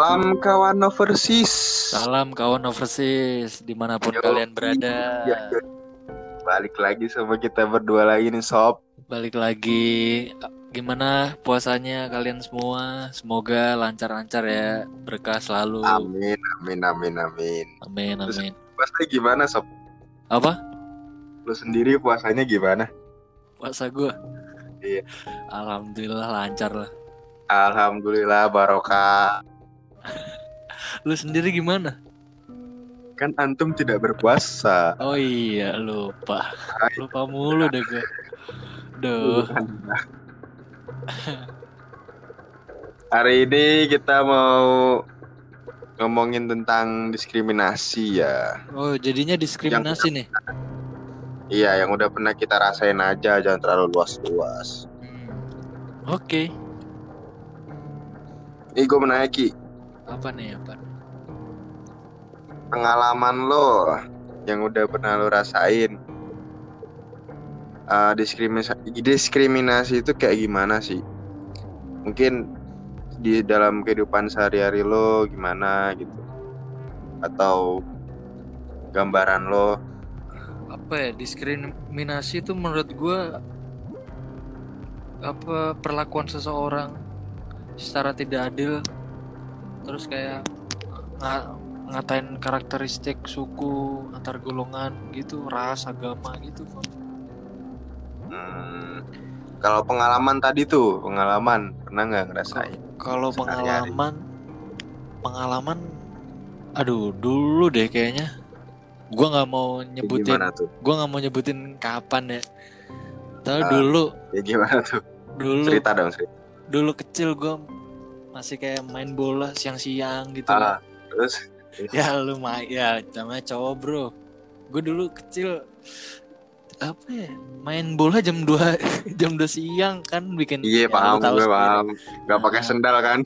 Salam kawan overseas. Salam kawan overseas dimanapun Yo, kalian berada. yo. Balik lagi sama kita berdua lagi nih sob. Balik lagi. Gimana puasanya kalian semua? Semoga lancar-lancar ya, berkah selalu. Amin, amin, amin, amin. Amin, Terus amin. puasanya gimana sob? Apa? Lu sendiri puasanya gimana? Puasa gue? Iya. Alhamdulillah lancar lah. Alhamdulillah barokah. Lu sendiri gimana? Kan antum tidak berpuasa. Oh iya, lupa. Lupa mulu deh gue. Duh. Hari ini kita mau ngomongin tentang diskriminasi ya. Oh, jadinya diskriminasi nih. Iya, yang udah pernah kita rasain aja, jangan terlalu luas-luas. Oke. Ini gue menanya Ki, Apa nih, apa? pengalaman lo yang udah pernah lo rasain, diskriminasi itu kayak gimana sih? Mungkin di dalam kehidupan sehari-hari lo gimana gitu, atau gambaran lo? Apa ya, diskriminasi itu menurut gue apa, perlakuan seseorang secara tidak adil, terus kayak ngatain karakteristik suku, antar golongan gitu, ras, agama gitu. Kalau pengalaman tadi tuh, pernah nggak ngerasain? Kalau sehari-hari? pengalaman, aduh dulu deh kayaknya. Gue nggak mau nyebutin, Gimana tuh? gue nggak mau nyebutin kapan ya. Tapi dulu, Ya gimana tuh? dulu Cerita dong, cerita. dulu kecil gue masih kayak main bola siang-siang gitu. Terus? Ya lumayan, ya namanya cowok bro. Gue dulu kecil apa ya, main bola jam 2 jam 2 siang kan, bikin. Iya, Ya, paham, gue sendiri. paham. Gak pakai sendal kan?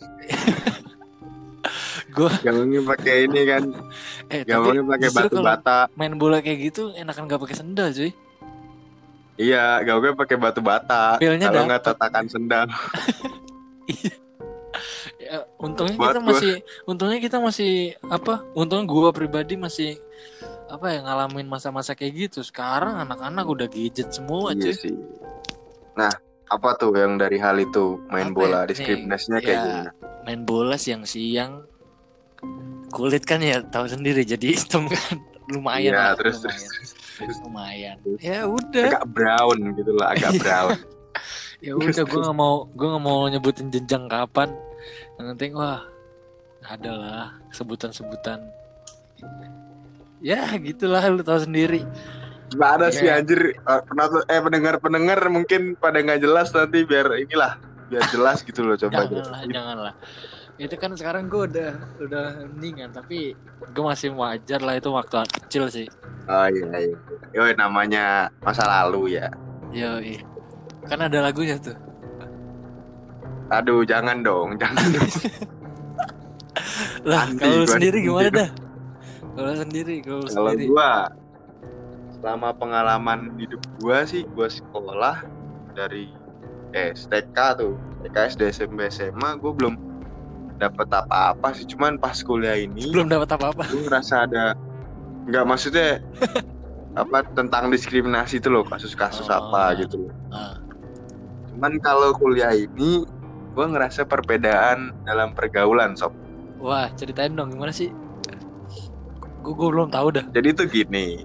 Gue gampangnya pakai ini kan. Gampangnya pakai batu bata. Main bola kayak gitu enakan gak pakai sendal cuy. Iya, gampangnya pakai batu bata. Kalau nggak tatakan sendal. Ya, untungnya kita masih apa? Untungnya gue pribadi masih apa ya, ngalamin masa-masa kayak gitu. Sekarang anak-anak udah gadget semua cuy. Sih. Nah, apa tuh yang dari hal itu main bola, diskriminasinya kayak gimana? Main bola siang-siang, kulit kan ya tahu sendiri jadi hitam kan, lumayan lah. Terus. Lumayan. Ya udah. Agak brown gitu lah, agak brown. Ya udah, gue nggak mau nyebutin jenjang kapan. Yang penting ada lah sebutan. Ya gitulah, lu tahu sendiri. Nggak ada sih anjir. Pendengar mungkin pada nggak jelas, nanti biar jelas gitu loh, coba. Janganlah. Itu kan sekarang gue udah mendingan, tapi gue masih wajar lah, itu waktu kecil sih. Oh iya. Yo, namanya masa lalu ya. Iya. Kan ada lagunya tuh. Aduh, jangan dong. Lah, kalau sendiri gimana dah? Kalau gue, selama pengalaman hidup gue sih, gue sekolah dari TK tuh, TK, SD, SMP, SMA, gue belum dapat apa-apa sih. Cuman pas kuliah ini belum dapat apa-apa. Gue ngerasa ada, nggak, maksudnya apa, tentang diskriminasi itu loh, kasus-kasus gitu loh. Cuman kalau kuliah ini gue ngerasa perbedaan dalam pergaulan, sob. Wah, ceritain dong gimana sih? Gue belum tahu dah. Jadi tuh gini.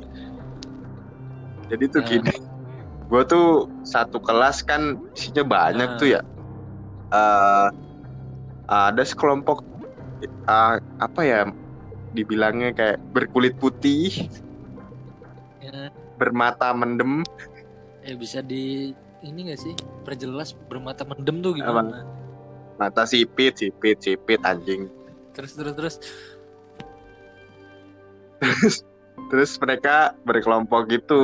Gue tuh satu kelas kan isinya banyak tuh ya. Ada sekelompok apa ya dibilangnya, kayak berkulit putih, bermata mendem. Bisa di ini nggak sih, perjelas bermata mendem tuh gimana? Mata sipit anjing. Terus mereka berkelompok gitu.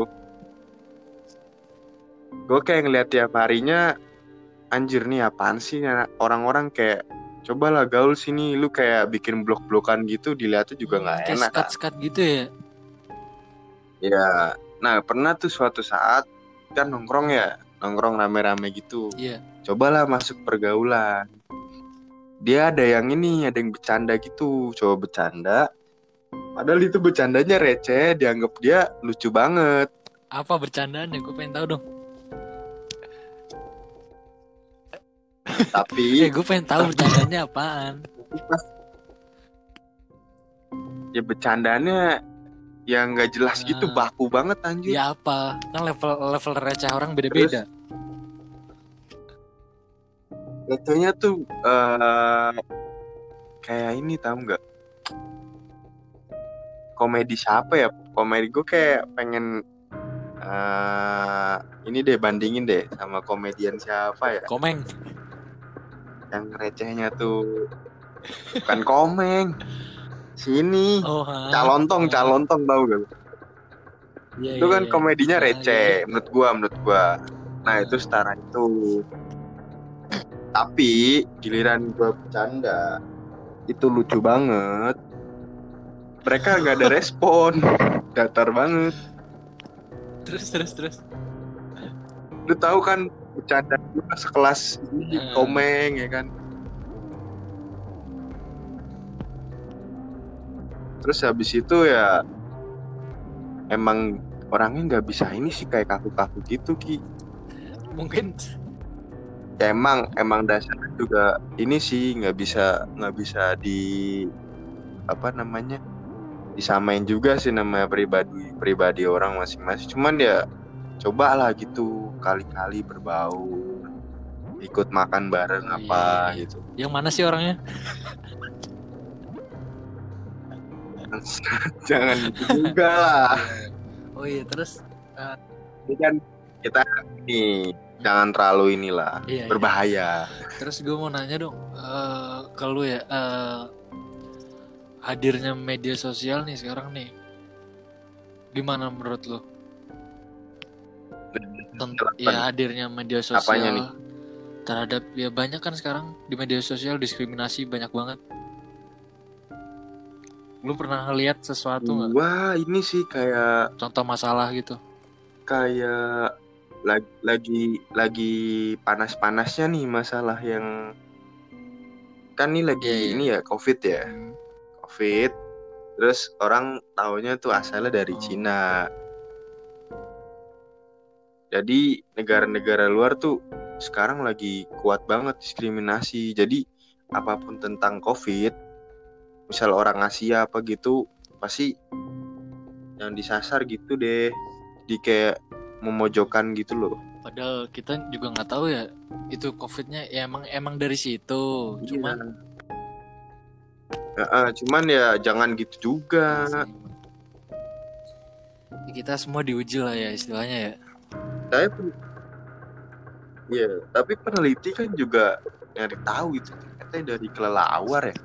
Gue kayak ngeliat tiap harinya, anjir nih apaan sih orang-orang, kayak cobalah gaul sini, lu kayak bikin blok-blokan gitu, dilihatnya juga nggak enak. Kayak skat gitu ya. Ya, nah pernah tuh suatu saat kan nongkrong rame-rame gitu. Iya. Cobalah masuk pergaulan. dia ada yang bercanda gitu, coba bercanda. Padahal itu bercandanya receh, dianggap dia lucu banget. Apa bercandaannya? Gue pengen tahu dong. Tapi gue pengen tahu bercandanya apaan. Ya bercandanya yang nggak jelas gitu, baku banget anjir. Ya apa? Kan level receh orang beda-beda. Recehnya tuh kayak ini, tahu nggak? Komedi siapa ya? Komedi gue kayak pengen ini deh, bandingin deh sama komedian siapa ya? Komeng. Yang recehnya tuh bukan Komeng. Sini. Calontong tahu gak? Ya, Itu kan komedinya receh, ya. menurut gua. Nah, itu setara itu. Tapi giliran gua bercanda, itu lucu banget. Mereka nggak ada respon, datar banget. Terus. Lu tahu kan bercanda gua sekelas ini Komeng ya kan? Terus habis itu ya emang orangnya nggak bisa ini sih, kayak kaku-kaku gitu Ki. Mungkin ya emang dasarnya juga ini sih nggak bisa di apa namanya, disamain juga sih, namanya pribadi orang masing-masing. Cuman ya cobalah gitu kali-kali berbaur, ikut makan bareng iya. Gitu. Yang mana sih orangnya? Jangan gitu juga lah. Oh iya, terus ini kan kita nih jangan terlalu inilah, berbahaya. Terus gue mau nanya dong, ke lu ya, hadirnya media sosial nih sekarang nih, gimana menurut lu? Ya hadirnya media sosial. Apanya nih? Terhadap ya banyak kan sekarang di media sosial diskriminasi banyak banget. Lu pernah lihat sesuatu nggak? Wah, ini sih kayak contoh masalah gitu. Kayak lagi panas-panasnya nih masalah yang kan nih lagi ini ya COVID ya. COVID. Terus orang taunya tuh asalnya dari Cina. Jadi negara-negara luar tuh sekarang lagi kuat banget diskriminasi. Jadi apapun tentang COVID, misal orang Asia apa gitu, pasti yang disasar gitu deh. Di kayak memojokkan gitu loh. Padahal kita juga nggak tahu ya itu COVID-nya ya emang dari situ. Cuman ya jangan gitu juga. Kita semua diuji lah ya istilahnya ya. Tapi peneliti kan juga nyari tahu itu katanya dari kelelawar ya.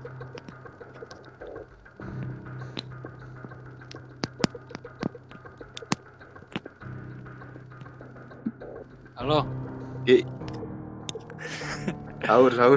Halo. Sahur.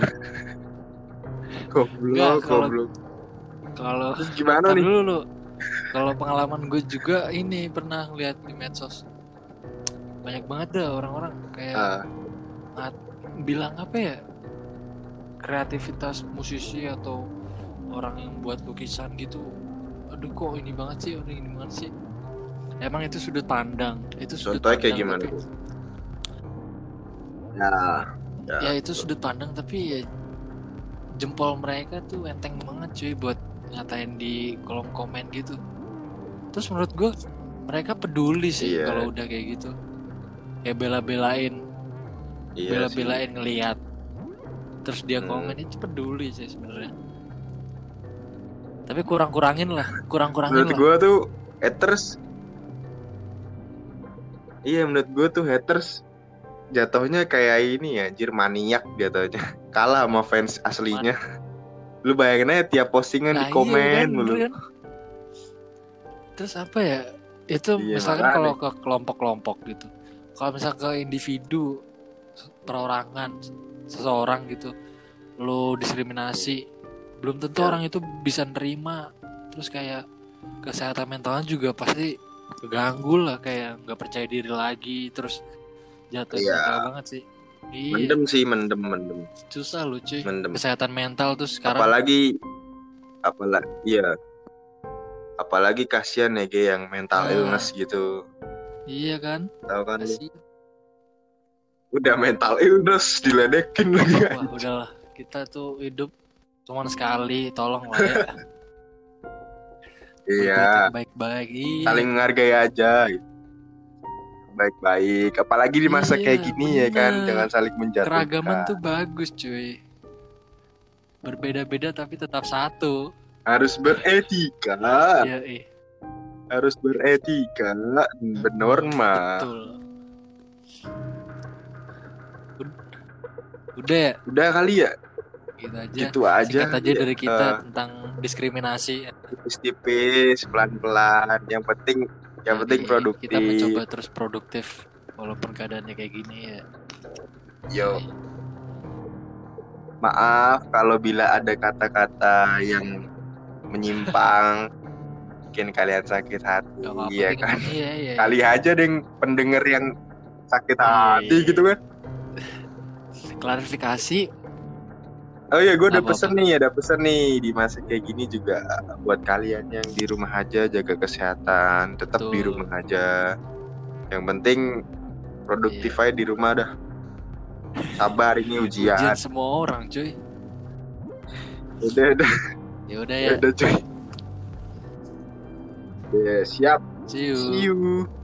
Goblok. Kalau gimana nih? Dulu. Kalau pengalaman gue juga ini pernah lihat di medsos. Banyak banget dah orang-orang kayak bilang apa ya? Kreativitas musisi atau orang yang buat lukisan gitu. Aduh kok ini banget sih. Emang itu sudut pandang. Contohnya kayak gimana? Ya itu sudut pandang, tapi ya jempol mereka tuh enteng banget cuy buat ngatain di kolom komen gitu. Terus menurut gue mereka peduli sih kalau udah kayak gitu. Kayak bela-belain ngelihat. Terus dia komen itu peduli sih sebenarnya. Tapi kurang-kurangin lah. Menurut gue tuh haters. Iya, menurut gue tuh haters jatuhnya kayak ini ya, anjir, maniak jatuhnya. Kalah sama fans aslinya. Lu bayangin aja tiap postingan di komen mulu. Kan? Terus apa ya? Itu misalkan kalau ke kelompok-kelompok gitu. Kalau misalkan ke individu, perorangan, seseorang gitu, lu diskriminasi, belum tentu orang itu bisa nerima. Terus kayak kesehatan mentalnya juga pasti keganggu lah, kayak nggak percaya diri lagi, terus jatuh banget sih. Iya. Mendem. Susah lu cuy. Mendem. Kesehatan mental tuh sekarang. Apalagi kasihan ya kayak yang mental illness gitu. Iya kan? Tahu kan? Udah mental illness diledekin lagi. Wah, udahlah. Kita tuh hidup cuma sekali, tolong lah ya. Iya. Baik-baik. Iya. Saling menghargai aja. Baik-baik. Apalagi di masa kayak gini ya kan, jangan saling menjatuhkan. Keragaman tuh bagus cuy. Berbeda-beda tapi tetap satu. Harus beretika. Iya. Harus beretika, bernorma. Betul. Udah ya? Udah kali ya? Gitu aja. Singkat aja dari kita tentang diskriminasi. Tipis-tipis, pelan-pelan. Yang penting produktif. Kita mencoba terus produktif walaupun keadaannya kayak gini ya. Yo. Maaf kalau bila ada kata-kata yang menyimpang bikin kalian sakit hati. Iya kan? Iya. Kali aja deh pendengar yang sakit hati gitu kan. Klarifikasi. Oh iya, gue ada pesan nih di masa kayak gini juga buat kalian yang di rumah aja, jaga kesehatan, tetap di rumah aja. Yang penting produktif aja di rumah dah. Sabar, ini ujian. Ujian semua orang, cuy. Udah. Ya udah ya. Udah, cuy. Ya, siap. See you. See you.